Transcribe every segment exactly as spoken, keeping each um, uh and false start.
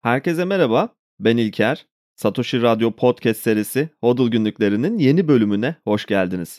Herkese merhaba, ben İlker. Satoshi Radyo Podcast serisi HODL Günlüklerinin yeni bölümüne hoş geldiniz.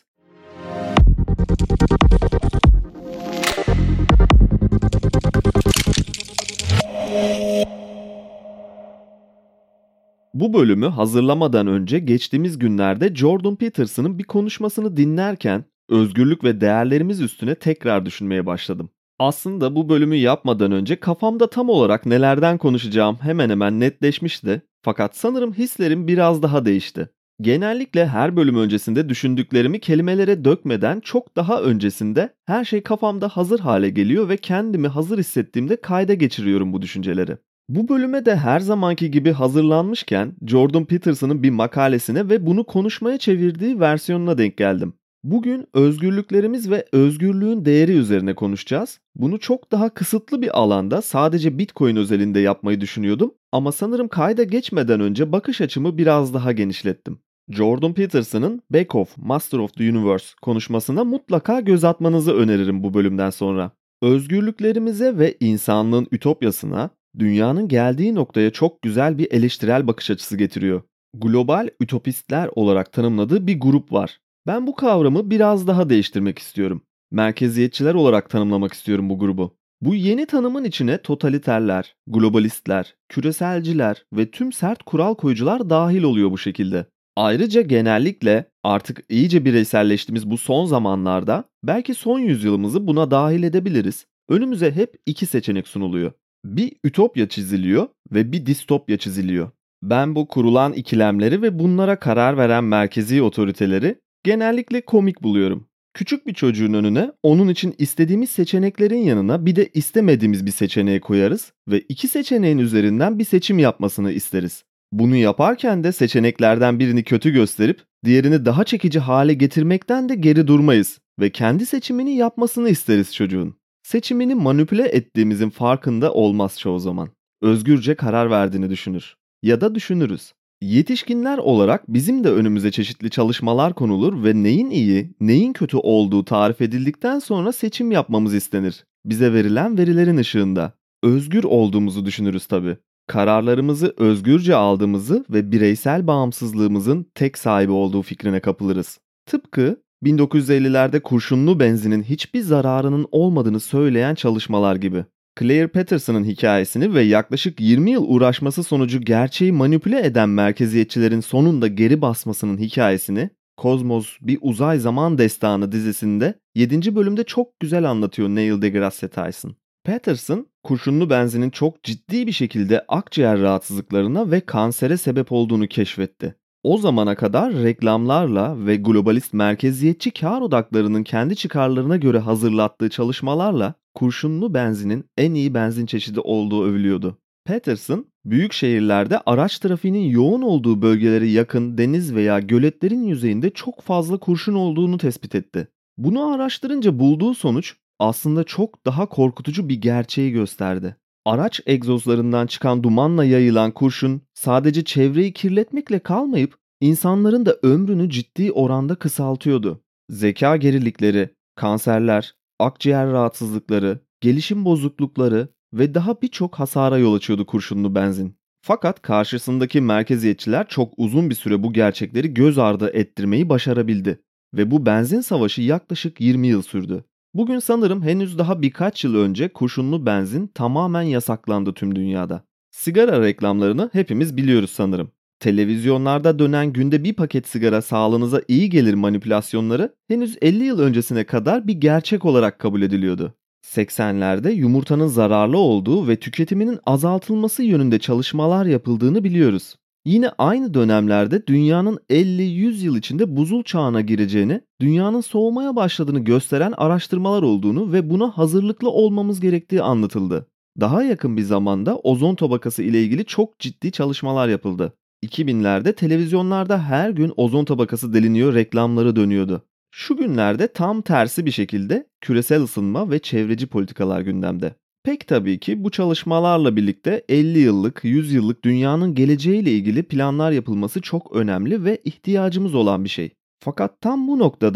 Bu bölümü hazırlamadan önce geçtiğimiz günlerde Jordan Peterson'ın bir konuşmasını dinlerken özgürlük ve değerlerimiz üstüne tekrar düşünmeye başladım. Aslında bu bölümü yapmadan önce kafamda tam olarak nelerden konuşacağım hemen hemen netleşmişti. Fakat sanırım hislerim biraz daha değişti. Genellikle her bölüm öncesinde düşündüklerimi kelimelere dökmeden çok daha öncesinde her şey kafamda hazır hale geliyor ve kendimi hazır hissettiğimde kayda geçiriyorum bu düşünceleri. Bu bölüme de her zamanki gibi hazırlanmışken Jordan Peterson'ın bir makalesine ve bunu konuşmaya çevirdiği versiyonuna denk geldim. Bugün özgürlüklerimiz ve özgürlüğün değeri üzerine konuşacağız. Bunu çok daha kısıtlı bir alanda sadece Bitcoin özelinde yapmayı düşünüyordum ama sanırım kayda geçmeden önce bakış açımı biraz daha genişlettim. Jordan Peterson'ın Back of Master of the Universe konuşmasına mutlaka göz atmanızı öneririm bu bölümden sonra. Özgürlüklerimize ve insanlığın ütopyasına, dünyanın geldiği noktaya çok güzel bir eleştirel bakış açısı getiriyor. Global ütopistler olarak tanımladığı bir grup var. Ben bu kavramı biraz daha değiştirmek istiyorum. Merkeziyetçiler olarak tanımlamak istiyorum bu grubu. Bu yeni tanımın içine totaliterler, globalistler, küreselciler ve tüm sert kural koyucular dahil oluyor bu şekilde. Ayrıca genellikle artık iyice bireyselleştiğimiz bu son zamanlarda belki son yüzyılımızı buna dahil edebiliriz. Önümüze hep iki seçenek sunuluyor. Bir ütopya çiziliyor ve bir distopya çiziliyor. Ben bu kurulan ikilemleri ve bunlara karar veren merkezi otoriteleri genellikle komik buluyorum. Küçük bir çocuğun önüne onun için istediğimiz seçeneklerin yanına bir de istemediğimiz bir seçeneği koyarız ve iki seçeneğin üzerinden bir seçim yapmasını isteriz. Bunu yaparken de seçeneklerden birini kötü gösterip diğerini daha çekici hale getirmekten de geri durmayız ve kendi seçimini yapmasını isteriz çocuğun. Seçimini manipüle ettiğimizin farkında olmaz çoğu zaman. Özgürce karar verdiğini düşünür. Ya da düşünürüz. Yetişkinler olarak bizim de önümüze çeşitli çalışmalar konulur ve neyin iyi, neyin kötü olduğu tarif edildikten sonra seçim yapmamız istenir. Bize verilen verilerin ışığında. Özgür olduğumuzu düşünürüz tabii. Kararlarımızı özgürce aldığımızı ve bireysel bağımsızlığımızın tek sahibi olduğu fikrine kapılırız. Tıpkı bin dokuz yüz ellilerde kurşunlu benzinin hiçbir zararının olmadığını söyleyen çalışmalar gibi. Claire Patterson'ın hikayesini ve yaklaşık yirmi yıl uğraşması sonucu gerçeği manipüle eden merkeziyetçilerin sonunda geri basmasının hikayesini Kozmos Bir Uzay Zaman Destanı dizisinde yedinci bölümde çok güzel anlatıyor Neil deGrasse Tyson. Patterson, kurşunlu benzinin çok ciddi bir şekilde akciğer rahatsızlıklarına ve kansere sebep olduğunu keşfetti. O zamana kadar reklamlarla ve globalist merkeziyetçi kar odaklarının kendi çıkarlarına göre hazırlattığı çalışmalarla kurşunlu benzinin en iyi benzin çeşidi olduğu övülüyordu. Patterson, büyük şehirlerde araç trafiğinin yoğun olduğu bölgelere yakın deniz veya göletlerin yüzeyinde çok fazla kurşun olduğunu tespit etti. Bunu araştırınca bulduğu sonuç aslında çok daha korkutucu bir gerçeği gösterdi. Araç egzozlarından çıkan dumanla yayılan kurşun sadece çevreyi kirletmekle kalmayıp insanların da ömrünü ciddi oranda kısaltıyordu. Zeka gerilikleri, kanserler, akciğer rahatsızlıkları, gelişim bozuklukları ve daha birçok hasara yol açıyordu kurşunlu benzin. Fakat karşısındaki merkeziyetçiler çok uzun bir süre bu gerçekleri göz ardı ettirmeyi başarabildi ve bu benzin savaşı yaklaşık yirmi yıl sürdü. Bugün sanırım henüz daha birkaç yıl önce kurşunlu benzin tamamen yasaklandı tüm dünyada. Sigara reklamlarını hepimiz biliyoruz sanırım. Televizyonlarda dönen günde bir paket sigara sağlığınıza iyi gelir manipülasyonları henüz elli yıl öncesine kadar bir gerçek olarak kabul ediliyordu. seksenlerde yumurtanın zararlı olduğu ve tüketiminin azaltılması yönünde çalışmalar yapıldığını biliyoruz. Yine aynı dönemlerde dünyanın elli yüz yıl içinde buzul çağına gireceğini, dünyanın soğumaya başladığını gösteren araştırmalar olduğunu ve buna hazırlıklı olmamız gerektiği anlatıldı. Daha yakın bir zamanda ozon tabakası ile ilgili çok ciddi çalışmalar yapıldı. iki binlerde televizyonlarda her gün ozon tabakası deliniyor reklamları dönüyordu. Şu günlerde tam tersi bir şekilde küresel ısınma ve çevreci politikalar gündemde. Pek tabii ki bu çalışmalarla birlikte elli yıllık, yüz yıllık dünyanın geleceğiyle ilgili planlar yapılması çok önemli ve ihtiyacımız olan bir şey. Fakat tam bu noktada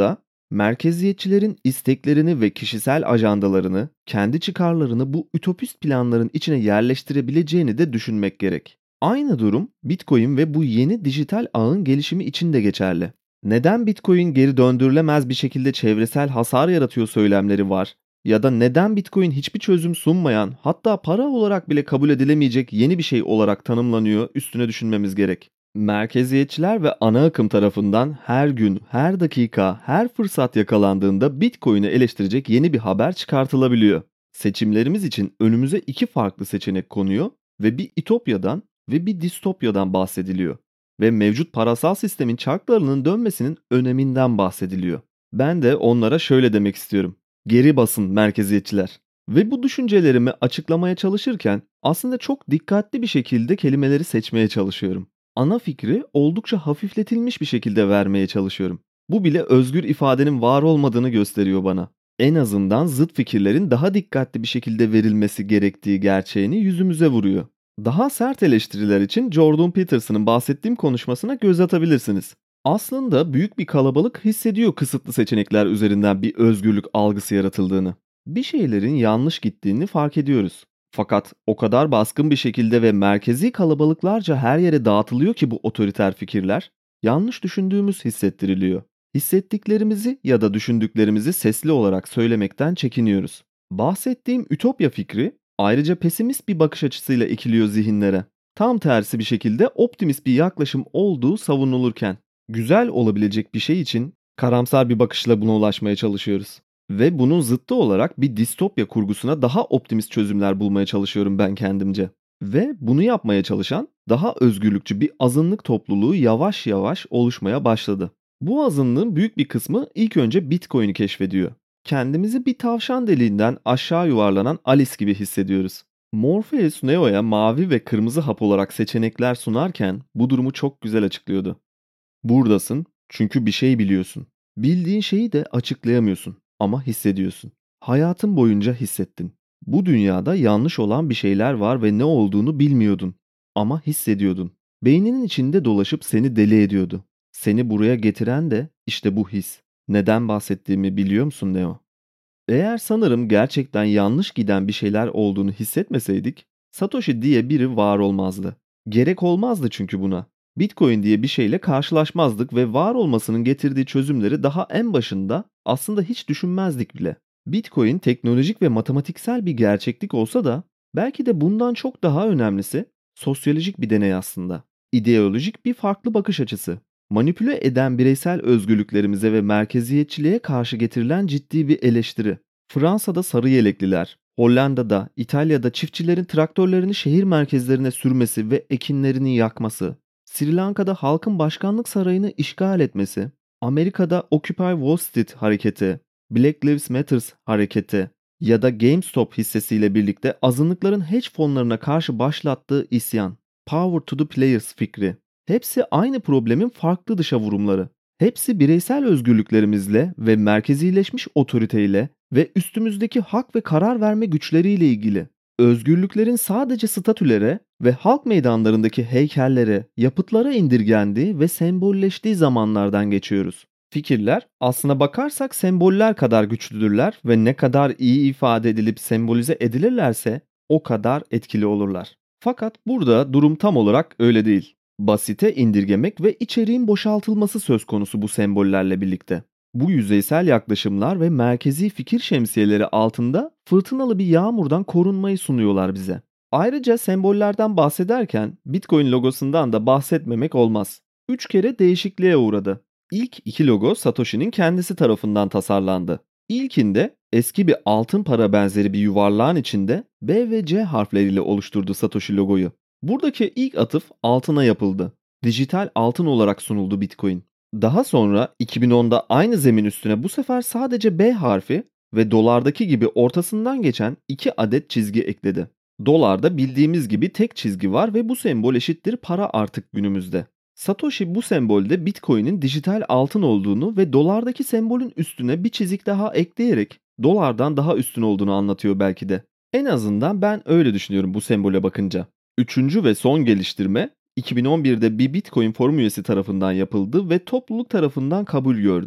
Merkeziyetçilerin isteklerini ve kişisel ajandalarını, kendi çıkarlarını bu ütopist planların içine yerleştirebileceğini de düşünmek gerek. Aynı durum Bitcoin ve bu yeni dijital ağın gelişimi için de geçerli. Neden Bitcoin geri döndürülemez bir şekilde çevresel hasar yaratıyor söylemleri var? Ya da neden Bitcoin hiçbir çözüm sunmayan, hatta para olarak bile kabul edilemeyecek yeni bir şey olarak tanımlanıyor, üstüne düşünmemiz gerek. Merkeziyetçiler ve ana akım tarafından her gün, her dakika, her fırsat yakalandığında Bitcoin'i eleştirecek yeni bir haber çıkartılabiliyor. Seçimlerimiz için önümüze iki farklı seçenek konuyor ve bir ütopyadan ve bir distopyadan bahsediliyor. Ve mevcut parasal sistemin çarklarının dönmesinin öneminden bahsediliyor. Ben de onlara şöyle demek istiyorum. Geri basın merkeziyetçiler. Ve bu düşüncelerimi açıklamaya çalışırken aslında çok dikkatli bir şekilde kelimeleri seçmeye çalışıyorum. Ana fikri oldukça hafifletilmiş bir şekilde vermeye çalışıyorum. Bu bile özgür ifadenin var olmadığını gösteriyor bana. En azından zıt fikirlerin daha dikkatli bir şekilde verilmesi gerektiği gerçeğini yüzümüze vuruyor. Daha sert eleştiriler için Jordan Peterson'ın bahsettiğim konuşmasına göz atabilirsiniz. Aslında büyük bir kalabalık hissediyor kısıtlı seçenekler üzerinden bir özgürlük algısı yaratıldığını. Bir şeylerin yanlış gittiğini fark ediyoruz. Fakat o kadar baskın bir şekilde ve merkezi kalabalıklarca her yere dağıtılıyor ki bu otoriter fikirler, yanlış düşündüğümüz hissettiriliyor. Hissettiklerimizi ya da düşündüklerimizi sesli olarak söylemekten çekiniyoruz. Bahsettiğim ütopya fikri ayrıca pesimist bir bakış açısıyla ekiliyor zihinlere. Tam tersi bir şekilde optimist bir yaklaşım olduğu savunulurken, güzel olabilecek bir şey için karamsar bir bakışla buna ulaşmaya çalışıyoruz. Ve bunun zıttı olarak bir distopya kurgusuna daha optimist çözümler bulmaya çalışıyorum ben kendimce. Ve bunu yapmaya çalışan daha özgürlükçü bir azınlık topluluğu yavaş yavaş oluşmaya başladı. Bu azınlığın büyük bir kısmı ilk önce Bitcoin'i keşfediyor. Kendimizi bir tavşan deliğinden aşağı yuvarlanan Alice gibi hissediyoruz. Morpheus Neo'ya mavi ve kırmızı hap olarak seçenekler sunarken bu durumu çok güzel açıklıyordu. Buradasın çünkü bir şey biliyorsun. Bildiğin şeyi de açıklayamıyorsun ama hissediyorsun. Hayatın boyunca hissettin. Bu dünyada yanlış olan bir şeyler var ve ne olduğunu bilmiyordun ama hissediyordun. Beyninin içinde dolaşıp seni deli ediyordu. Seni buraya getiren de işte bu his. Neden bahsettiğimi biliyor musun Neo? Eğer sanırım gerçekten yanlış giden bir şeyler olduğunu hissetmeseydik, Satoshi diye biri var olmazdı. Gerek olmazdı çünkü buna. Bitcoin diye bir şeyle karşılaşmazdık ve var olmasının getirdiği çözümleri daha en başında aslında hiç düşünmezdik bile. Bitcoin teknolojik ve matematiksel bir gerçeklik olsa da belki de bundan çok daha önemlisi sosyolojik bir deney aslında. İdeolojik bir farklı bakış açısı. Manipüle eden bireysel özgürlüklerimize ve merkeziyetçiliğe karşı getirilen ciddi bir eleştiri. Fransa'da sarı yelekliler, Hollanda'da, İtalya'da çiftçilerin traktörlerini şehir merkezlerine sürmesi ve ekinlerini yakması, Sri Lanka'da halkın başkanlık sarayını işgal etmesi, Amerika'da Occupy Wall Street hareketi, Black Lives Matter hareketi ya da GameStop hissesiyle birlikte azınlıkların hedge fonlarına karşı başlattığı isyan, Power to the Players fikri. Hepsi aynı problemin farklı dışa vurumları. Hepsi bireysel özgürlüklerimizle ve merkezileşmiş otoriteyle ve üstümüzdeki hak ve karar verme güçleriyle ilgili. Özgürlüklerin sadece statülere ve halk meydanlarındaki heykellere, yapıtlara indirgendiği ve sembolleştiği zamanlardan geçiyoruz. Fikirler aslına bakarsak semboller kadar güçlüdürler ve ne kadar iyi ifade edilip sembolize edilirlerse o kadar etkili olurlar. Fakat burada durum tam olarak öyle değil. Basite indirgemek ve içeriğin boşaltılması söz konusu bu sembollerle birlikte. Bu yüzeysel yaklaşımlar ve merkezi fikir şemsiyeleri altında fırtınalı bir yağmurdan korunmayı sunuyorlar bize. Ayrıca sembollerden bahsederken Bitcoin logosundan da bahsetmemek olmaz. Üç kere değişikliğe uğradı. İlk iki logo Satoshi'nin kendisi tarafından tasarlandı. İlkinde eski bir altın para benzeri bir yuvarlağın içinde B ve C harfleriyle oluşturdu Satoshi logoyu. Buradaki ilk atıf altına yapıldı. Dijital altın olarak sunuldu Bitcoin. Daha sonra iki bin onda aynı zemin üstüne bu sefer sadece B harfi ve dolardaki gibi ortasından geçen iki adet çizgi ekledi. Dolarda bildiğimiz gibi tek çizgi var ve bu sembol eşittir para artık günümüzde. Satoshi bu sembolde Bitcoin'in dijital altın olduğunu ve dolardaki sembolün üstüne bir çizik daha ekleyerek dolardan daha üstün olduğunu anlatıyor belki de. En azından ben öyle düşünüyorum bu sembole bakınca. Üçüncü ve son geliştirme iki bin on birde bir Bitcoin forum üyesi tarafından yapıldı ve topluluk tarafından kabul gördü.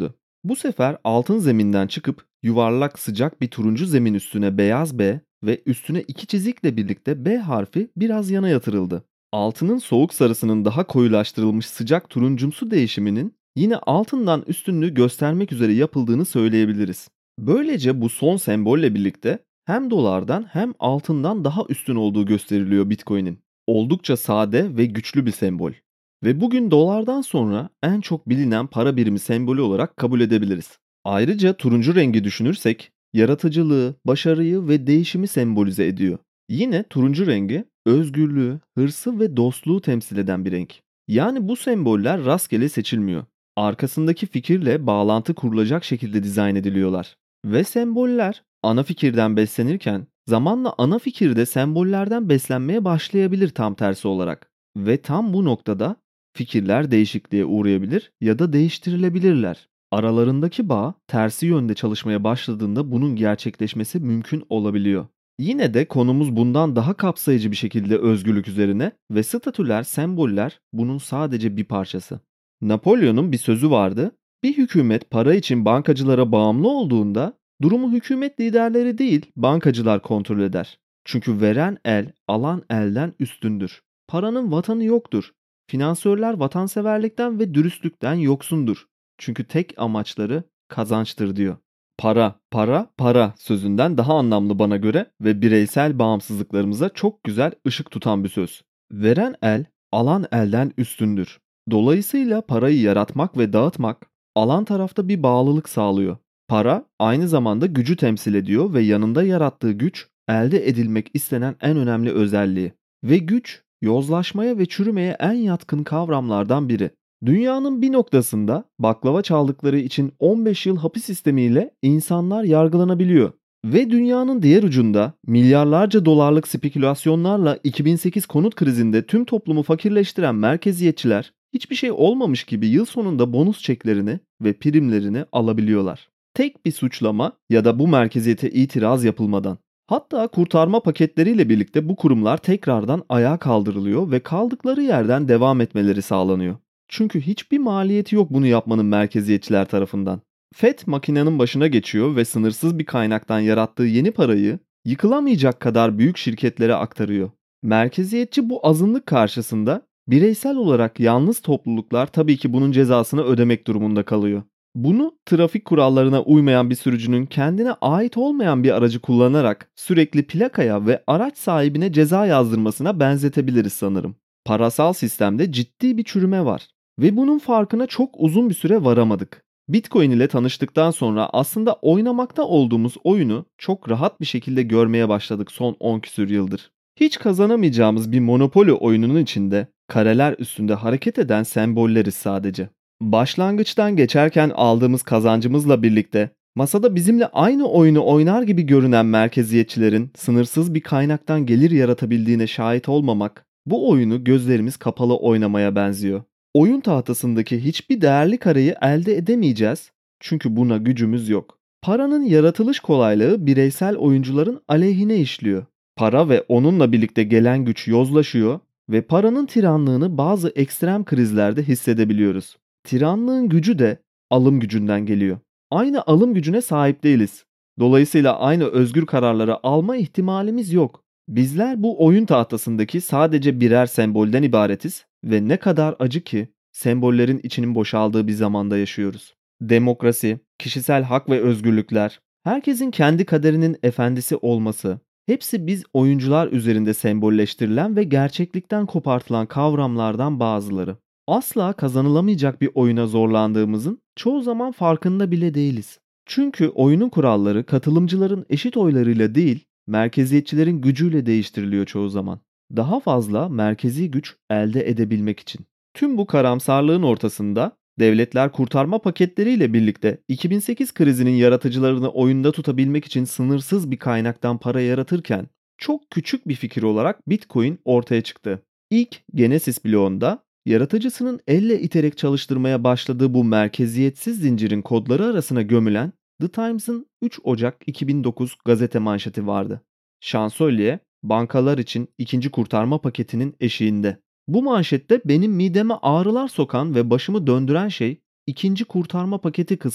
Bu sefer altın zeminden çıkıp yuvarlak sıcak bir turuncu zemin üstüne beyaz B ve üstüne iki çizikle birlikte B harfi biraz yana yatırıldı. Altının soğuk sarısının daha koyulaştırılmış sıcak turuncumsu değişiminin yine altından üstünlüğü göstermek üzere yapıldığını söyleyebiliriz. Böylece bu son sembolle birlikte hem dolardan hem altından daha üstün olduğu gösteriliyor Bitcoin'in. Oldukça sade ve güçlü bir sembol. Ve bugün dolardan sonra en çok bilinen para birimi sembolü olarak kabul edebiliriz. Ayrıca turuncu rengi düşünürsek yaratıcılığı, başarıyı ve değişimi sembolize ediyor. Yine turuncu rengi özgürlüğü, hırsı ve dostluğu temsil eden bir renk. Yani bu semboller rastgele seçilmiyor. Arkasındaki fikirle bağlantı kurulacak şekilde dizayn ediliyorlar. Ve semboller ana fikirden beslenirken zamanla ana fikir de sembollerden beslenmeye başlayabilir tam tersi olarak. Ve tam bu noktada fikirler değişikliğe uğrayabilir ya da değiştirilebilirler. Aralarındaki bağ tersi yönde çalışmaya başladığında bunun gerçekleşmesi mümkün olabiliyor. Yine de konumuz bundan daha kapsayıcı bir şekilde özgürlük üzerine ve statüler, semboller bunun sadece bir parçası. Napolyon'un bir sözü vardı. Bir hükümet para için bankacılara bağımlı olduğunda durumu hükümet liderleri değil bankacılar kontrol eder. Çünkü veren el alan elden üstündür. Paranın vatanı yoktur. Finansörler vatanseverlikten ve dürüstlükten yoksundur. Çünkü tek amaçları kazançtır diyor. Para, para, para sözünden daha anlamlı bana göre ve bireysel bağımsızlıklarımıza çok güzel ışık tutan bir söz. Veren el, alan elden üstündür. Dolayısıyla parayı yaratmak ve dağıtmak, alan tarafta bir bağlılık sağlıyor. Para aynı zamanda gücü temsil ediyor ve yanında yarattığı güç, elde edilmek istenen en önemli özelliği. Ve güç, yozlaşmaya ve çürümeye en yatkın kavramlardan biri. Dünyanın bir noktasında baklava çaldıkları için on beş yıl hapis sistemiyle insanlar yargılanabiliyor. Ve dünyanın diğer ucunda milyarlarca dolarlık spekülasyonlarla iki bin sekiz konut krizinde tüm toplumu fakirleştiren merkeziyetçiler hiçbir şey olmamış gibi yıl sonunda bonus çeklerini ve primlerini alabiliyorlar. Tek bir suçlama ya da bu merkeziyete itiraz yapılmadan. Hatta kurtarma paketleriyle birlikte bu kurumlar tekrardan ayağa kaldırılıyor ve kaldıkları yerden devam etmeleri sağlanıyor. Çünkü hiçbir maliyeti yok bunu yapmanın merkeziyetçiler tarafından. Fed makinenin başına geçiyor ve sınırsız bir kaynaktan yarattığı yeni parayı yıkılamayacak kadar büyük şirketlere aktarıyor. Merkeziyetçi bu azınlık karşısında bireysel olarak yalnız topluluklar tabii ki bunun cezasını ödemek durumunda kalıyor. Bunu trafik kurallarına uymayan bir sürücünün kendine ait olmayan bir aracı kullanarak sürekli plakaya ve araç sahibine ceza yazdırmasına benzetebiliriz sanırım. Parasal sistemde ciddi bir çürüme var ve bunun farkına çok uzun bir süre varamadık. Bitcoin ile tanıştıktan sonra aslında oynamakta olduğumuz oyunu çok rahat bir şekilde görmeye başladık son on küsür yıldır. Hiç kazanamayacağımız bir Monopoly oyununun içinde kareler üstünde hareket eden sembolleriz sadece. Başlangıçtan geçerken aldığımız kazancımızla birlikte masada bizimle aynı oyunu oynar gibi görünen merkeziyetçilerin sınırsız bir kaynaktan gelir yaratabildiğine şahit olmamak bu oyunu gözlerimiz kapalı oynamaya benziyor. Oyun tahtasındaki hiçbir değerli kareyi elde edemeyeceğiz çünkü buna gücümüz yok. Paranın yaratılış kolaylığı bireysel oyuncuların aleyhine işliyor. Para ve onunla birlikte gelen güç yozlaşıyor ve paranın tiranlığını bazı ekstrem krizlerde hissedebiliyoruz. Tiranlığın gücü de alım gücünden geliyor. Aynı alım gücüne sahip değiliz. Dolayısıyla aynı özgür kararları alma ihtimalimiz yok. Bizler bu oyun tahtasındaki sadece birer sembolden ibaretiz ve ne kadar acı ki sembollerin içinin boşaldığı bir zamanda yaşıyoruz. Demokrasi, kişisel hak ve özgürlükler, herkesin kendi kaderinin efendisi olması, hepsi biz oyuncular üzerinde sembolleştirilen ve gerçeklikten kopartılan kavramlardan bazıları. Asla kazanılamayacak bir oyuna zorlandığımızın çoğu zaman farkında bile değiliz. Çünkü oyunun kuralları katılımcıların eşit oylarıyla değil, merkeziyetçilerin gücüyle değiştiriliyor çoğu zaman. Daha fazla merkezi güç elde edebilmek için. Tüm bu karamsarlığın ortasında devletler kurtarma paketleriyle birlikte iki bin sekiz krizinin yaratıcılarını oyunda tutabilmek için sınırsız bir kaynaktan para yaratırken çok küçük bir fikir olarak Bitcoin ortaya çıktı. İlk Genesis bloğunda yaratıcısının elle iterek çalıştırmaya başladığı bu merkeziyetsiz zincirin kodları arasına gömülen The Times'ın üç Ocak iki bin dokuz gazete manşeti vardı. Şansölye, bankalar için ikinci kurtarma paketinin eşiğinde. Bu manşette benim mideme ağrılar sokan ve başımı döndüren şey ikinci kurtarma paketi kısmı.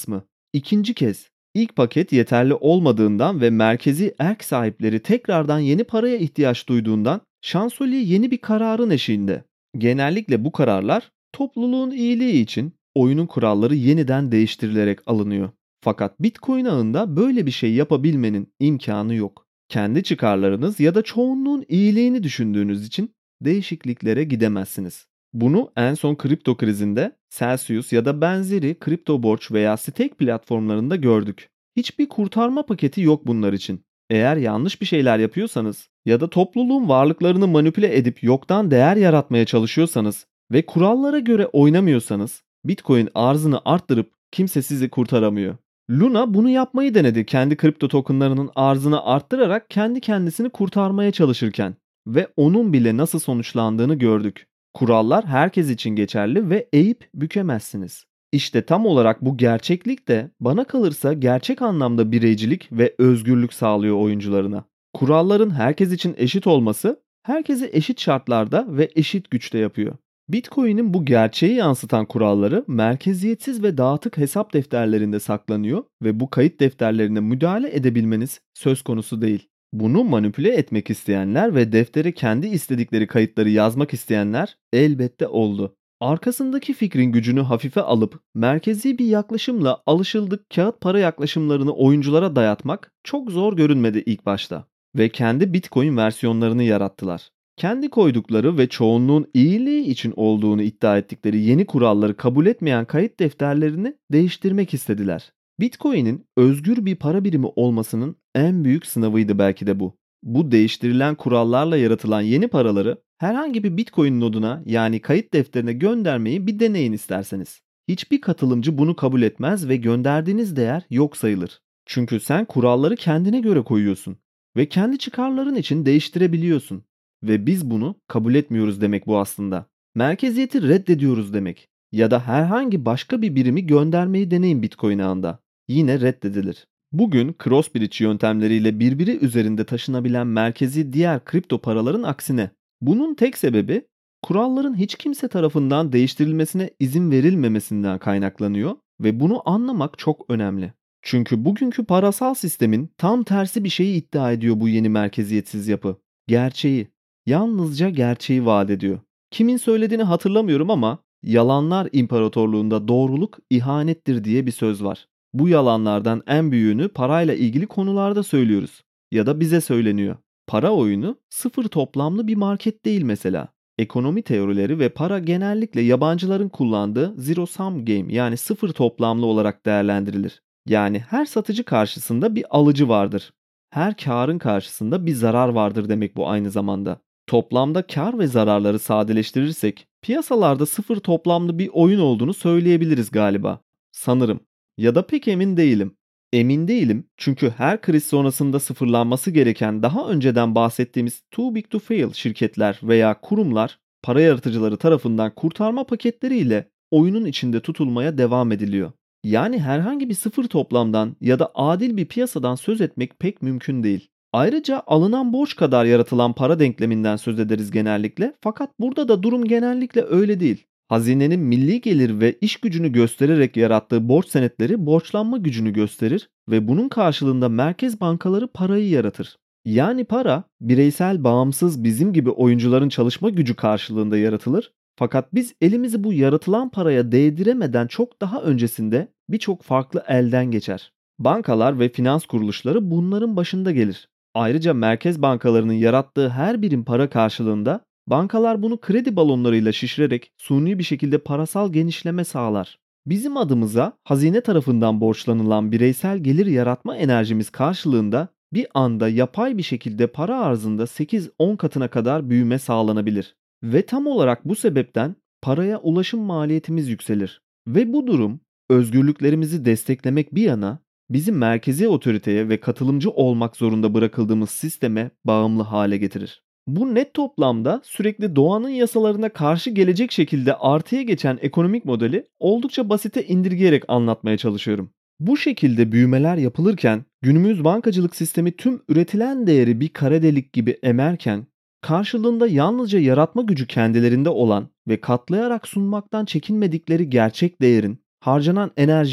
İkinci kez, ilk paket yeterli olmadığından ve merkezi erk sahipleri tekrardan yeni paraya ihtiyaç duyduğundan şansölye yeni bir kararın eşiğinde. Genellikle bu kararlar topluluğun iyiliği için oyunun kuralları yeniden değiştirilerek alınıyor. Fakat Bitcoin ağında böyle bir şey yapabilmenin imkanı yok. Kendi çıkarlarınız ya da çoğunluğun iyiliğini düşündüğünüz için değişikliklere gidemezsiniz. Bunu en son kripto krizinde Celsius ya da benzeri kripto borç veya stake platformlarında gördük. Hiçbir kurtarma paketi yok bunlar için. Eğer yanlış bir şeyler yapıyorsanız ya da topluluğun varlıklarını manipüle edip yoktan değer yaratmaya çalışıyorsanız ve kurallara göre oynamıyorsanız Bitcoin arzını arttırıp kimse sizi kurtaramıyor. Luna bunu yapmayı denedi kendi kripto tokenlarının arzını arttırarak kendi kendisini kurtarmaya çalışırken ve onun bile nasıl sonuçlandığını gördük. Kurallar herkes için geçerli ve eğip bükemezsiniz. İşte tam olarak bu gerçeklik de bana kalırsa gerçek anlamda bireycilik ve özgürlük sağlıyor oyuncularına. Kuralların herkes için eşit olması, herkesi eşit şartlarda ve eşit güçte yapıyor. Bitcoin'in bu gerçeği yansıtan kuralları merkeziyetsiz ve dağıtık hesap defterlerinde saklanıyor ve bu kayıt defterlerine müdahale edebilmeniz söz konusu değil. Bunu manipüle etmek isteyenler ve deftere kendi istedikleri kayıtları yazmak isteyenler elbette oldu. Arkasındaki fikrin gücünü hafife alıp merkezi bir yaklaşımla alışıldık kağıt para yaklaşımlarını oyunculara dayatmak çok zor görünmedi ilk başta ve kendi Bitcoin versiyonlarını yarattılar. Kendi koydukları ve çoğunluğun iyiliği için olduğunu iddia ettikleri yeni kuralları kabul etmeyen kayıt defterlerini değiştirmek istediler. Bitcoin'in özgür bir para birimi olmasının en büyük sınavıydı belki de bu. Bu değiştirilen kurallarla yaratılan yeni paraları herhangi bir Bitcoin noduna yani kayıt defterine göndermeyi bir deneyin isterseniz. Hiçbir katılımcı bunu kabul etmez ve gönderdiğiniz değer yok sayılır. Çünkü sen kuralları kendine göre koyuyorsun ve kendi çıkarların için değiştirebiliyorsun. Ve biz bunu kabul etmiyoruz demek bu aslında. Merkeziyeti reddediyoruz demek. Ya da herhangi başka bir birimi göndermeyi deneyin Bitcoin ağında. Yine reddedilir. Bugün cross bridge yöntemleriyle birbiri üzerinde taşınabilen merkezi diğer kripto paraların aksine. Bunun tek sebebi kuralların hiç kimse tarafından değiştirilmesine izin verilmemesinden kaynaklanıyor ve bunu anlamak çok önemli. Çünkü bugünkü parasal sistemin tam tersi bir şeyi iddia ediyor bu yeni merkeziyetsiz yapı. Gerçeği. Yalnızca gerçeği vaat ediyor. Kimin söylediğini hatırlamıyorum ama yalanlar imparatorluğunda doğruluk ihanettir diye bir söz var. Bu yalanlardan en büyüğünü parayla ilgili konularda söylüyoruz. Ya da bize söyleniyor. Para oyunu sıfır toplamlı bir market değil mesela. Ekonomi teorileri ve para genellikle yabancıların kullandığı zero sum game yani sıfır toplamlı olarak değerlendirilir. Yani her satıcı karşısında bir alıcı vardır. Her karın karşısında bir zarar vardır demek bu aynı zamanda. Toplamda kar ve zararları sadeleştirirsek piyasalarda sıfır toplamlı bir oyun olduğunu söyleyebiliriz galiba. Sanırım. Ya da pek emin değilim. Emin değilim çünkü her kriz sonrasında sıfırlanması gereken daha önceden bahsettiğimiz too big to fail şirketler veya kurumlar para yaratıcıları tarafından kurtarma paketleriyle oyunun içinde tutulmaya devam ediliyor. Yani herhangi bir sıfır toplamdan ya da adil bir piyasadan söz etmek pek mümkün değil. Ayrıca alınan borç kadar yaratılan para denkleminden söz ederiz genellikle fakat burada da durum genellikle öyle değil. Hazinenin milli gelir ve iş gücünü göstererek yarattığı borç senetleri borçlanma gücünü gösterir ve bunun karşılığında merkez bankaları parayı yaratır. Yani para bireysel bağımsız bizim gibi oyuncuların çalışma gücü karşılığında yaratılır. Fakat biz elimizi bu yaratılan paraya değdiremeden çok daha öncesinde birçok farklı elden geçer. Bankalar ve finans kuruluşları bunların başında gelir. Ayrıca merkez bankalarının yarattığı her birim para karşılığında bankalar bunu kredi balonlarıyla şişirerek suni bir şekilde parasal genişleme sağlar. Bizim adımıza hazine tarafından borçlanılan bireysel gelir yaratma enerjimiz karşılığında bir anda yapay bir şekilde para arzında sekiz on katına kadar büyüme sağlanabilir. Ve tam olarak bu sebepten paraya ulaşım maliyetimiz yükselir. Ve bu durum özgürlüklerimizi desteklemek bir yana bizi merkezi otoriteye ve katılımcı olmak zorunda bırakıldığımız sisteme bağımlı hale getirir. Bu net toplamda sürekli doğanın yasalarına karşı gelecek şekilde artıya geçen ekonomik modeli oldukça basite indirgeyerek anlatmaya çalışıyorum. Bu şekilde büyümeler yapılırken günümüz bankacılık sistemi tüm üretilen değeri bir kara delik gibi emerken karşılığında yalnızca yaratma gücü kendilerinde olan ve katlayarak sunmaktan çekinmedikleri gerçek değerin, harcanan enerjinin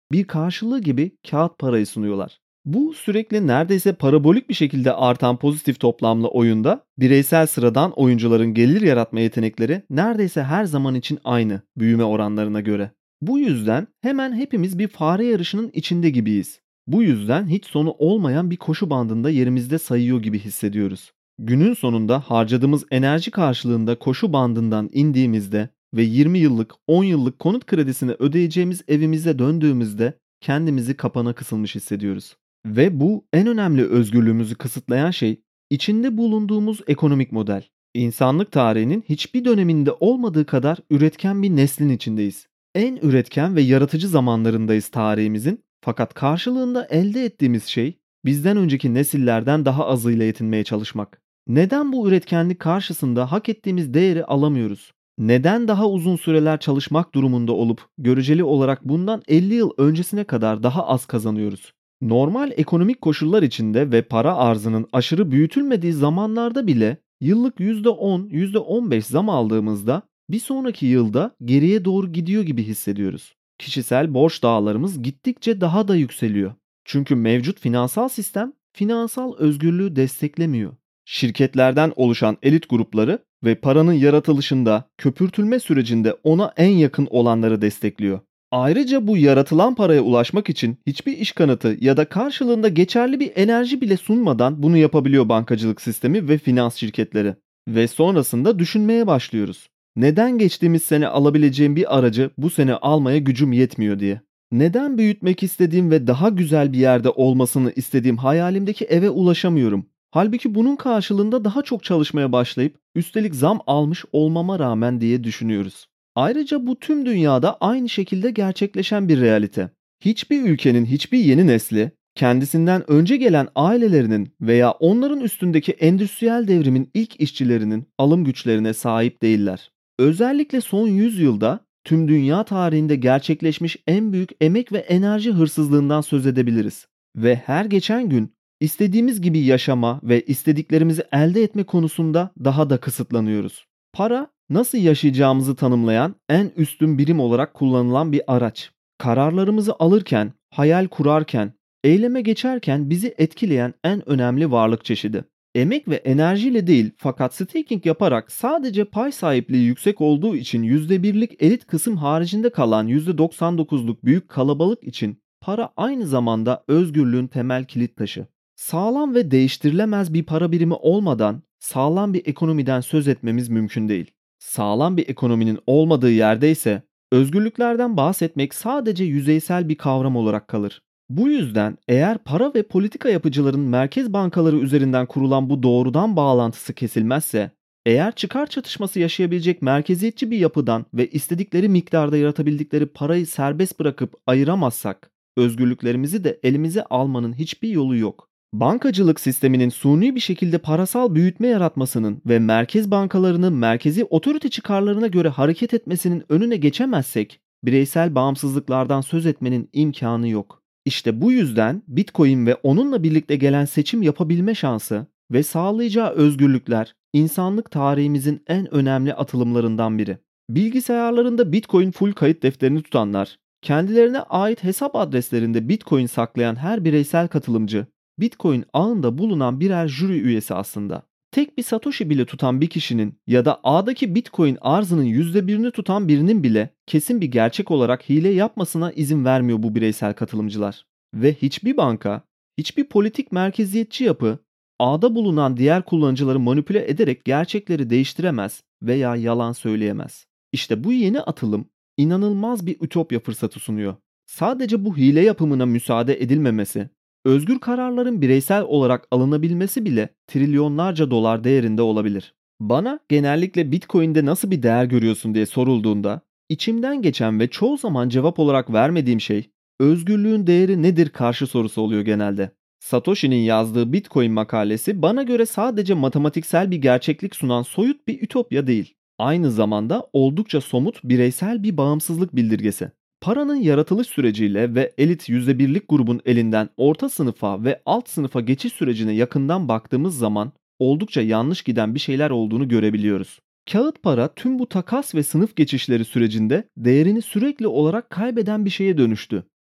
bir karşılığı gibi kağıt parayı sunuyorlar. Bu sürekli neredeyse parabolik bir şekilde artan pozitif toplamlı oyunda bireysel sıradan oyuncuların gelir yaratma yetenekleri neredeyse her zaman için aynı büyüme oranlarına göre. Bu yüzden hemen hepimiz bir fare yarışının içinde gibiyiz. Bu yüzden hiç sonu olmayan bir koşu bandında yerimizde sayıyor gibi hissediyoruz. Günün sonunda harcadığımız enerji karşılığında koşu bandından indiğimizde ve yirmi yıllık, on yıllık konut kredisini ödeyeceğimiz evimize döndüğümüzde kendimizi kapana kısılmış hissediyoruz. Ve bu en önemli özgürlüğümüzü kısıtlayan şey içinde bulunduğumuz ekonomik model. İnsanlık tarihinin hiçbir döneminde olmadığı kadar üretken bir neslin içindeyiz. En üretken ve yaratıcı zamanlarındayız tarihimizin, fakat karşılığında elde ettiğimiz şey bizden önceki nesillerden daha azıyla yetinmeye çalışmak. Neden bu üretkenlik karşısında hak ettiğimiz değeri alamıyoruz? Neden daha uzun süreler çalışmak durumunda olup göreceli olarak bundan elli yıl öncesine kadar daha az kazanıyoruz? Normal ekonomik koşullar içinde ve para arzının aşırı büyütülmediği zamanlarda bile yıllık yüzde on, yüzde on beş zam aldığımızda bir sonraki yılda geriye doğru gidiyor gibi hissediyoruz. Kişisel borç dağlarımız gittikçe daha da yükseliyor. Çünkü mevcut finansal sistem finansal özgürlüğü desteklemiyor. Şirketlerden oluşan elit grupları ve paranın yaratılışında, köpürtülme sürecinde ona en yakın olanları destekliyor. Ayrıca bu yaratılan paraya ulaşmak için hiçbir iş kanıtı ya da karşılığında geçerli bir enerji bile sunmadan bunu yapabiliyor bankacılık sistemi ve finans şirketleri. Ve sonrasında düşünmeye başlıyoruz. Neden geçtiğimiz sene alabileceğim bir aracı bu sene almaya gücüm yetmiyor diye. Neden büyütmek istediğim ve daha güzel bir yerde olmasını istediğim hayalimdeki eve ulaşamıyorum? Halbuki bunun karşılığında daha çok çalışmaya başlayıp üstelik zam almış olmama rağmen diye düşünüyoruz. Ayrıca bu tüm dünyada aynı şekilde gerçekleşen bir realite. Hiçbir ülkenin hiçbir yeni nesli kendisinden önce gelen ailelerinin veya onların üstündeki endüstriyel devrimin ilk işçilerinin alım güçlerine sahip değiller. Özellikle son yüz yılda tüm dünya tarihinde gerçekleşmiş en büyük emek ve enerji hırsızlığından söz edebiliriz. Ve her geçen gün istediğimiz gibi yaşama ve istediklerimizi elde etme konusunda daha da kısıtlanıyoruz. Para, nasıl yaşayacağımızı tanımlayan en üstün birim olarak kullanılan bir araç. Kararlarımızı alırken, hayal kurarken, eyleme geçerken bizi etkileyen en önemli varlık çeşidi. Emek ve enerjiyle değil, fakat staking yaparak sadece pay sahipliği yüksek olduğu için yüzde birlik elit kısım haricinde kalan yüzde doksan dokuzluk büyük kalabalık için para aynı zamanda özgürlüğün temel kilit taşı. Sağlam ve değiştirilemez bir para birimi olmadan sağlam bir ekonomiden söz etmemiz mümkün değil. Sağlam bir ekonominin olmadığı yerde ise özgürlüklerden bahsetmek sadece yüzeysel bir kavram olarak kalır. Bu yüzden eğer para ve politika yapıcıların merkez bankaları üzerinden kurulan bu doğrudan bağlantısı kesilmezse, eğer çıkar çatışması yaşayabilecek merkeziyetçi bir yapıdan ve istedikleri miktarda yaratabildikleri parayı serbest bırakıp ayıramazsak, özgürlüklerimizi de elimize almanın hiçbir yolu yok. Bankacılık sisteminin suni bir şekilde parasal büyütme yaratmasının ve merkez bankalarının merkezi otorite çıkarlarına göre hareket etmesinin önüne geçemezsek, bireysel bağımsızlıklardan söz etmenin imkanı yok. İşte bu yüzden Bitcoin ve onunla birlikte gelen seçim yapabilme şansı ve sağlayacağı özgürlükler insanlık tarihimizin en önemli atılımlarından biri. Bilgisayarlarında Bitcoin full kayıt defterini tutanlar, kendilerine ait hesap adreslerinde Bitcoin saklayan her bireysel katılımcı, Bitcoin ağında bulunan birer jüri üyesi aslında. Tek bir Satoshi bile tutan bir kişinin ya da ağdaki Bitcoin arzının yüzde birini tutan birinin bile kesin bir gerçek olarak hile yapmasına izin vermiyor bu bireysel katılımcılar. Ve hiçbir banka, hiçbir politik merkeziyetçi yapı ağda bulunan diğer kullanıcıları manipüle ederek gerçekleri değiştiremez veya yalan söyleyemez. İşte bu yeni atılım inanılmaz bir ütopya fırsatı sunuyor. Sadece bu hile yapımına müsaade edilmemesi, özgür kararların bireysel olarak alınabilmesi bile trilyonlarca dolar değerinde olabilir. Bana genellikle Bitcoin'de nasıl bir değer görüyorsun diye sorulduğunda içimden geçen ve çoğu zaman cevap olarak vermediğim şey özgürlüğün değeri nedir karşı sorusu oluyor genelde. Satoshi'nin yazdığı Bitcoin makalesi bana göre sadece matematiksel bir gerçeklik sunan soyut bir ütopya değil. Aynı zamanda oldukça somut bireysel bir bağımsızlık bildirgesi. Paranın yaratılış süreciyle ve elit yüzde birlik grubun elinden orta sınıfa ve alt sınıfa geçiş sürecine yakından baktığımız zaman oldukça yanlış giden bir şeyler olduğunu görebiliyoruz. Kağıt para tüm bu takas ve sınıf geçişleri sürecinde değerini sürekli olarak kaybeden bir şeye dönüştü.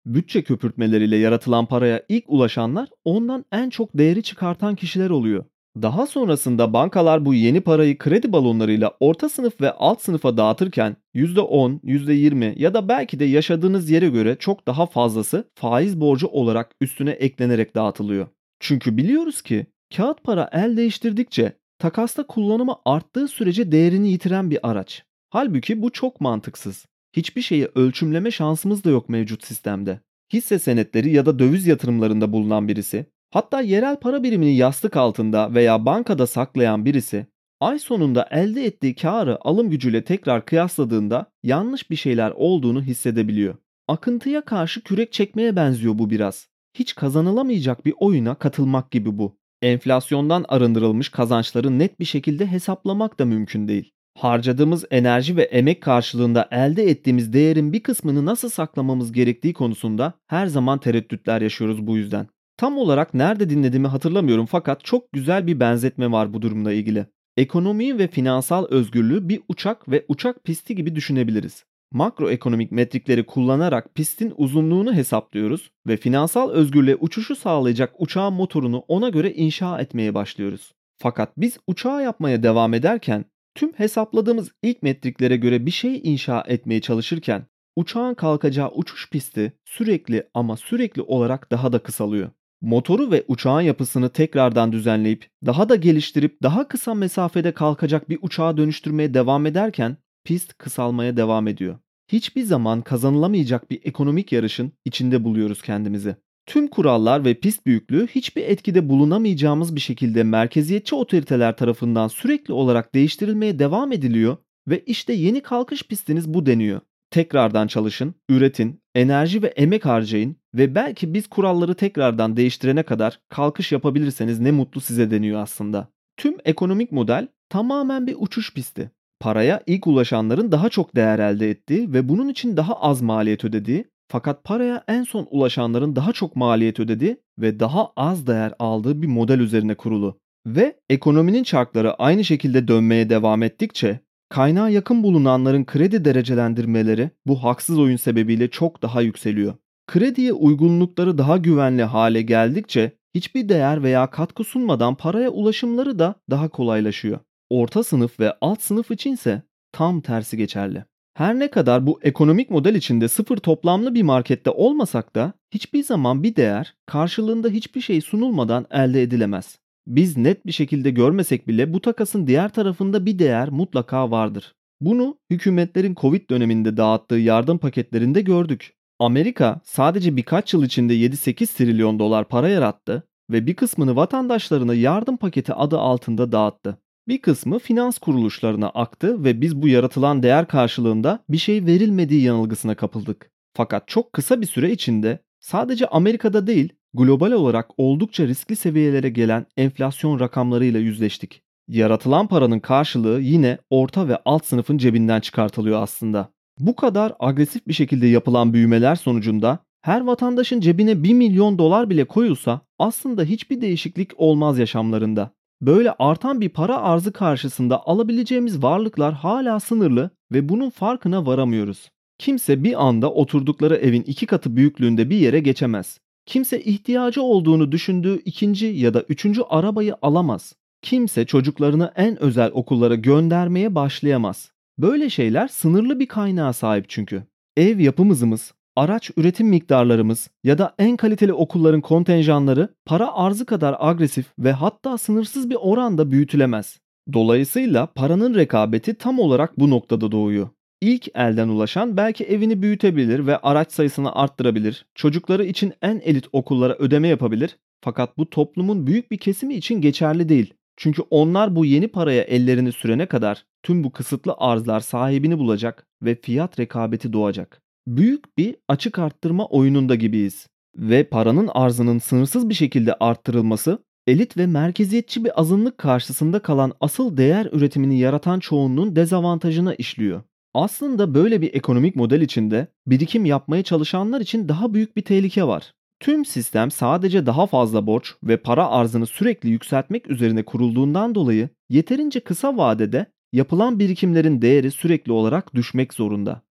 Bütçe köpürtmeleriyle yaratılan paraya ilk ulaşanlar ondan en çok değeri çıkartan kişiler oluyor. Daha sonrasında bankalar bu yeni parayı kredi balonlarıyla orta sınıf ve alt sınıfa dağıtırken yüzde on, yüzde yirmi ya da belki de yaşadığınız yere göre çok daha fazlası faiz borcu olarak üstüne eklenerek dağıtılıyor. Çünkü biliyoruz ki kağıt para el değiştirdikçe takasta kullanımı arttığı sürece değerini yitiren bir araç. Halbuki bu çok mantıksız. Hiçbir şeyi ölçümleme şansımız da yok mevcut sistemde. Hisse senetleri ya da döviz yatırımlarında bulunan birisi, hatta yerel para birimini yastık altında veya bankada saklayan birisi, ay sonunda elde ettiği karı alım gücüyle tekrar kıyasladığında yanlış bir şeyler olduğunu hissedebiliyor. Akıntıya karşı kürek çekmeye benziyor bu biraz. Hiç kazanılamayacak bir oyuna katılmak gibi bu. Enflasyondan arındırılmış kazançları net bir şekilde hesaplamak da mümkün değil. Harcadığımız enerji ve emek karşılığında elde ettiğimiz değerin bir kısmını nasıl saklamamız gerektiği konusunda her zaman tereddütler yaşıyoruz bu yüzden. Tam olarak nerede dinlediğimi hatırlamıyorum fakat çok güzel bir benzetme var bu durumla ilgili. Ekonomiyi ve finansal özgürlüğü bir uçak ve uçak pisti gibi düşünebiliriz. Makroekonomik metrikleri kullanarak pistin uzunluğunu hesaplıyoruz ve finansal özgürlüğe uçuşu sağlayacak uçağın motorunu ona göre inşa etmeye başlıyoruz. Fakat biz uçağı yapmaya devam ederken tüm hesapladığımız ilk metriklere göre bir şey inşa etmeye çalışırken uçağın kalkacağı uçuş pisti sürekli ama sürekli olarak daha da kısalıyor. Motoru ve uçağın yapısını tekrardan düzenleyip daha da geliştirip daha kısa mesafede kalkacak bir uçağa dönüştürmeye devam ederken pist kısalmaya devam ediyor. Hiçbir zaman kazanılamayacak bir ekonomik yarışın içinde buluyoruz kendimizi. Tüm kurallar ve pist büyüklüğü hiçbir etkide bulunamayacağımız bir şekilde merkeziyetçi otoriteler tarafından sürekli olarak değiştirilmeye devam ediliyor ve işte yeni kalkış pistiniz bu deniyor. Tekrardan çalışın, üretin, enerji ve emek harcayın ve belki biz kuralları tekrardan değiştirene kadar kalkış yapabilirseniz ne mutlu size deniyor aslında. Tüm ekonomik model tamamen bir uçuş pisti. Paraya ilk ulaşanların daha çok değer elde ettiği ve bunun için daha az maliyet ödediği, fakat paraya en son ulaşanların daha çok maliyet ödediği ve daha az değer aldığı bir model üzerine kurulu. Ve ekonominin çarkları aynı şekilde dönmeye devam ettikçe kaynağa yakın bulunanların kredi derecelendirmeleri bu haksız oyun sebebiyle çok daha yükseliyor. Krediye uygunlukları daha güvenli hale geldikçe hiçbir değer veya katkı sunmadan paraya ulaşımları da daha kolaylaşıyor. Orta sınıf ve alt sınıf içinse tam tersi geçerli. Her ne kadar bu ekonomik model içinde sıfır toplamlı bir markette olmasak da hiçbir zaman bir değer karşılığında hiçbir şey sunulmadan elde edilemez. Biz net bir şekilde görmesek bile bu takasın diğer tarafında bir değer mutlaka vardır. Bunu hükümetlerin Covid döneminde dağıttığı yardım paketlerinde gördük. Amerika sadece birkaç yıl içinde yedi sekiz trilyon dolar para yarattı ve bir kısmını vatandaşlarına yardım paketi adı altında dağıttı. Bir kısmı finans kuruluşlarına aktı ve biz bu yaratılan değer karşılığında bir şey verilmediği yanılgısına kapıldık. Fakat çok kısa bir süre içinde sadece Amerika'da değil, global olarak oldukça riskli seviyelere gelen enflasyon rakamlarıyla yüzleştik. Yaratılan paranın karşılığı yine orta ve alt sınıfın cebinden çıkartılıyor aslında. Bu kadar agresif bir şekilde yapılan büyümeler sonucunda her vatandaşın cebine bir milyon dolar bile koyulsa aslında hiçbir değişiklik olmaz yaşamlarında. Böyle artan bir para arzı karşısında alabileceğimiz varlıklar hala sınırlı ve bunun farkına varamıyoruz. Kimse bir anda oturdukları evin iki katı büyüklüğünde bir yere geçemez. Kimse ihtiyacı olduğunu düşündüğü ikinci ya da üçüncü arabayı alamaz. Kimse çocuklarını en özel okullara göndermeye başlayamaz. Böyle şeyler sınırlı bir kaynağa sahip çünkü. Ev yapım hızımız, araç üretim miktarlarımız ya da en kaliteli okulların kontenjanları para arzı kadar agresif ve hatta sınırsız bir oranda büyütülemez. Dolayısıyla paranın rekabeti tam olarak bu noktada doğuyor. İlk elden ulaşan belki evini büyütebilir ve araç sayısını arttırabilir. Çocukları için en elit okullara ödeme yapabilir. Fakat bu toplumun büyük bir kesimi için geçerli değil. Çünkü onlar bu yeni paraya ellerini sürene kadar tüm bu kısıtlı arzlar sahibini bulacak ve fiyat rekabeti doğacak. Büyük bir açık arttırma oyununda gibiyiz. Ve paranın arzının sınırsız bir şekilde arttırılması, elit ve merkeziyetçi bir azınlık karşısında kalan asıl değer üretimini yaratan çoğunluğun dezavantajına işliyor. Aslında böyle bir ekonomik model içinde birikim yapmaya çalışanlar için daha büyük bir tehlike var. Tüm sistem sadece daha fazla borç ve para arzını sürekli yükseltmek üzerine kurulduğundan dolayı yeterince kısa vadede yapılan birikimlerin değeri sürekli olarak düşmek zorunda.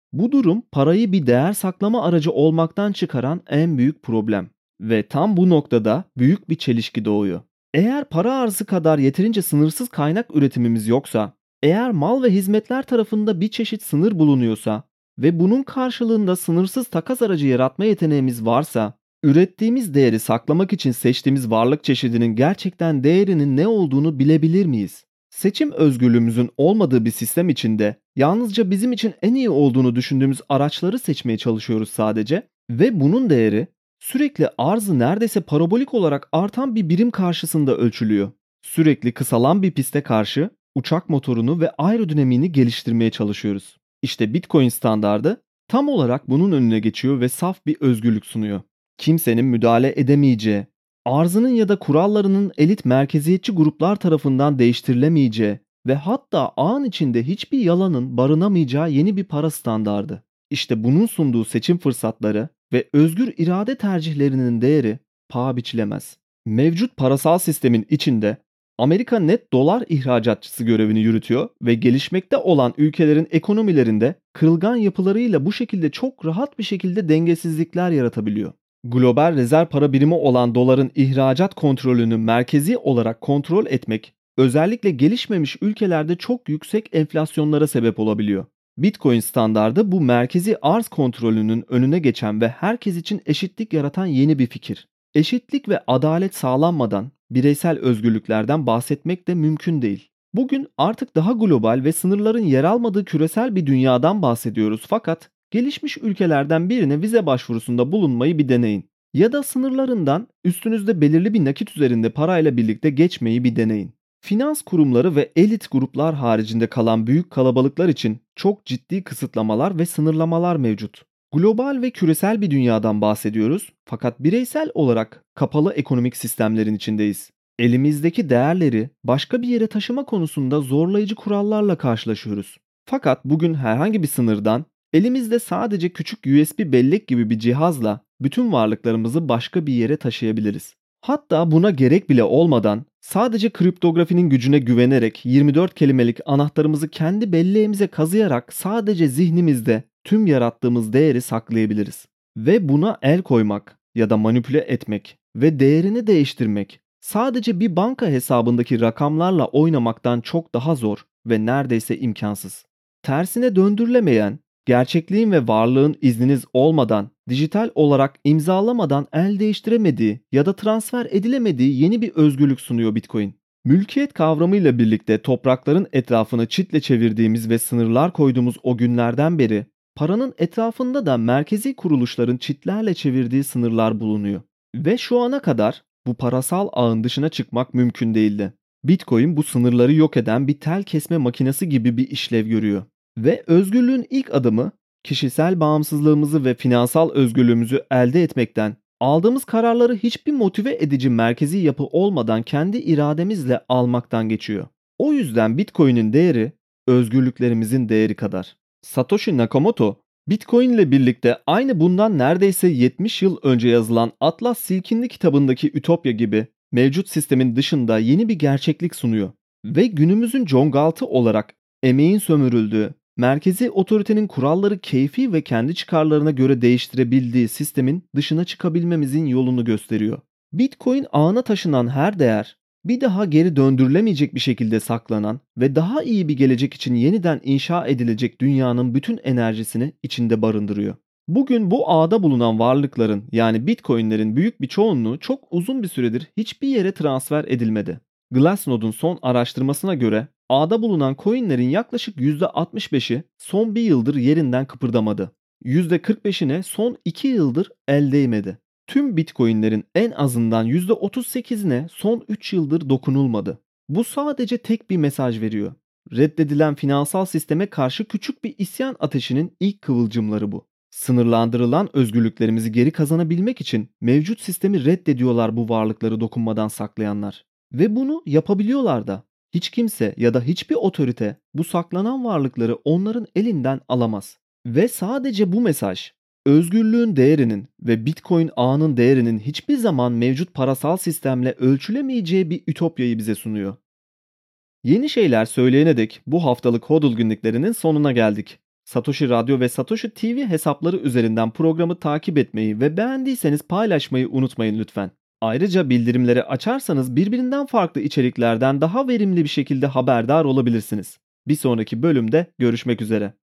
Bu durum parayı bir değer saklama aracı olmaktan çıkaran en büyük problem ve tam bu noktada büyük bir çelişki doğuyor. Eğer para arzı kadar yeterince sınırsız kaynak üretimimiz yoksa, eğer mal ve hizmetler tarafında bir çeşit sınır bulunuyorsa ve bunun karşılığında sınırsız takas aracı yaratma yeteneğimiz varsa, ürettiğimiz değeri saklamak için seçtiğimiz varlık çeşidinin gerçekten değerinin ne olduğunu bilebilir miyiz? Seçim özgürlüğümüzün olmadığı bir sistem içinde yalnızca bizim için en iyi olduğunu düşündüğümüz araçları seçmeye çalışıyoruz sadece ve bunun değeri sürekli arzı neredeyse parabolik olarak artan bir birim karşısında ölçülüyor. Sürekli kısalan bir piste karşı uçak motorunu ve aerodinamiğini geliştirmeye çalışıyoruz. İşte Bitcoin standardı tam olarak bunun önüne geçiyor ve saf bir özgürlük sunuyor. Kimsenin müdahale edemeyeceği, arzının ya da kurallarının elit merkeziyetçi gruplar tarafından değiştirilemeyeceği ve hatta ağın içinde hiçbir yalanın barınamayacağı yeni bir para standardı. İşte bunun sunduğu seçim fırsatları ve özgür irade tercihlerinin değeri paha biçilemez. Mevcut parasal sistemin içinde Amerika net dolar ihracatçısı görevini yürütüyor ve gelişmekte olan ülkelerin ekonomilerinde kırılgan yapılarıyla bu şekilde çok rahat bir şekilde dengesizlikler yaratabiliyor. Global rezerv para birimi olan doların ihracat kontrolünü merkezi olarak kontrol etmek, özellikle gelişmemiş ülkelerde çok yüksek enflasyonlara sebep olabiliyor. Bitcoin standardı bu merkezi arz kontrolünün önüne geçen ve herkes için eşitlik yaratan yeni bir fikir. Eşitlik ve adalet sağlanmadan bireysel özgürlüklerden bahsetmek de mümkün değil. Bugün artık daha global ve sınırların yer almadığı küresel bir dünyadan bahsediyoruz, fakat gelişmiş ülkelerden birine vize başvurusunda bulunmayı bir deneyin. Ya da sınırlarından üstünüzde belirli bir nakit üzerinde parayla birlikte geçmeyi bir deneyin. Finans kurumları ve elit gruplar haricinde kalan büyük kalabalıklar için çok ciddi kısıtlamalar ve sınırlamalar mevcut. Global ve küresel bir dünyadan bahsediyoruz, fakat bireysel olarak kapalı ekonomik sistemlerin içindeyiz. Elimizdeki değerleri başka bir yere taşıma konusunda zorlayıcı kurallarla karşılaşıyoruz. Fakat bugün herhangi bir sınırdan elimizde sadece küçük U S B bellek gibi bir cihazla bütün varlıklarımızı başka bir yere taşıyabiliriz. Hatta buna gerek bile olmadan sadece kriptografinin gücüne güvenerek yirmi dört kelimelik anahtarımızı kendi belleğimize kazıyarak sadece zihnimizde tüm yarattığımız değeri saklayabiliriz. Ve buna el koymak ya da manipüle etmek ve değerini değiştirmek sadece bir banka hesabındaki rakamlarla oynamaktan çok daha zor ve neredeyse imkansız. Tersine döndürülemeyen, gerçekliğin ve varlığın izniniz olmadan, dijital olarak imzalamadan el değiştiremediği ya da transfer edilemediği yeni bir özgürlük sunuyor Bitcoin. Mülkiyet kavramıyla birlikte toprakların etrafını çitle çevirdiğimiz ve sınırlar koyduğumuz o günlerden beri paranın etrafında da merkezi kuruluşların çitlerle çevirdiği sınırlar bulunuyor. Ve şu ana kadar bu parasal ağın dışına çıkmak mümkün değildi. Bitcoin bu sınırları yok eden bir tel kesme makinesi gibi bir işlev görüyor. Ve özgürlüğün ilk adımı kişisel bağımsızlığımızı ve finansal özgürlüğümüzü elde etmekten, aldığımız kararları hiçbir motive edici merkezi yapı olmadan kendi irademizle almaktan geçiyor. O yüzden Bitcoin'in değeri özgürlüklerimizin değeri kadar. Satoshi Nakamoto, Bitcoin ile birlikte aynı bundan neredeyse yetmiş yıl önce yazılan Atlas Silkinli kitabındaki Ütopya gibi mevcut sistemin dışında yeni bir gerçeklik sunuyor. Ve günümüzün John Galt'ı olarak emeğin sömürüldüğü, merkezi otoritenin kuralları keyfi ve kendi çıkarlarına göre değiştirebildiği sistemin dışına çıkabilmemizin yolunu gösteriyor. Bitcoin ağına taşınan her değer, bir daha geri döndürülemeyecek bir şekilde saklanan ve daha iyi bir gelecek için yeniden inşa edilecek dünyanın bütün enerjisini içinde barındırıyor. Bugün bu ağda bulunan varlıkların, yani Bitcoin'lerin büyük bir çoğunluğu çok uzun bir süredir hiçbir yere transfer edilmedi. Glassnode'un son araştırmasına göre ağda bulunan coinlerin yaklaşık yüzde altmış beşi son bir yıldır yerinden kıpırdamadı. yüzde kırk beşine son iki yıldır el değmedi. Tüm Bitcoin'lerin en azından yüzde otuz sekizine son üç yıldır dokunulmadı. Bu sadece tek bir mesaj veriyor. Reddedilen finansal sisteme karşı küçük bir isyan ateşinin ilk kıvılcımları bu. Sınırlandırılan özgürlüklerimizi geri kazanabilmek için mevcut sistemi reddediyorlar bu varlıkları dokunmadan saklayanlar. Ve bunu yapabiliyorlar da. Hiç kimse ya da hiçbir otorite bu saklanan varlıkları onların elinden alamaz. Ve sadece bu mesaj, özgürlüğün değerinin ve Bitcoin ağının değerinin hiçbir zaman mevcut parasal sistemle ölçülemeyeceği bir ütopyayı bize sunuyor. Yeni şeyler söyleyene dek bu haftalık Hodl günlüklerinin sonuna geldik. Satoshi Radyo ve Satoshi T V hesapları üzerinden programı takip etmeyi ve beğendiyseniz paylaşmayı unutmayın lütfen. Ayrıca bildirimleri açarsanız birbirinden farklı içeriklerden daha verimli bir şekilde haberdar olabilirsiniz. Bir sonraki bölümde görüşmek üzere.